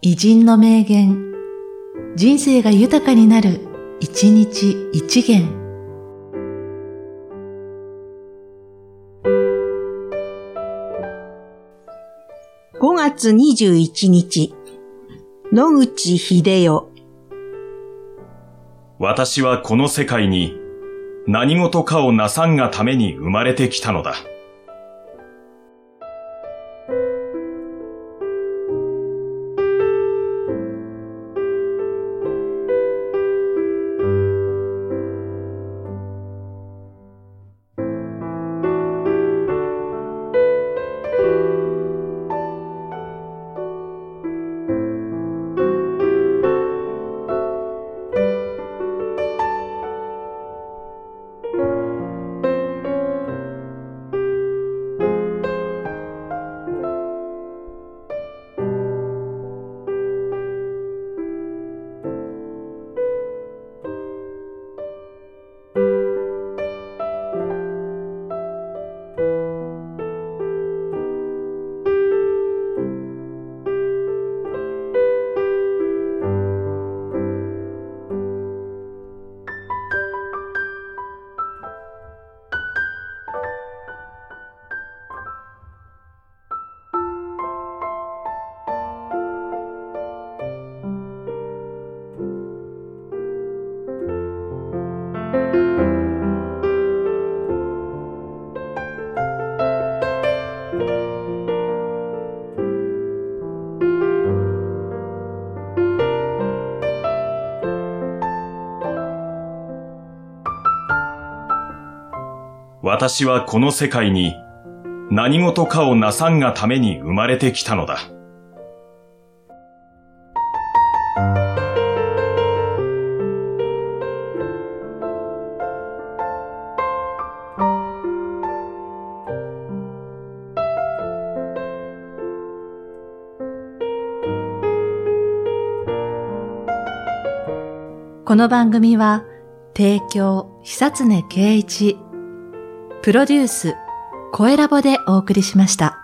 偉人の名言、人生が豊かになる、一日一元。 5月21日、野口英世。 私はこの世界に何事かをなさんがために生まれてきたのだ。私はこの世界に何事かをなさんがために生まれてきたのだ。 この番組は提供久常圭一、プロデュース、声ラボでお送りしました。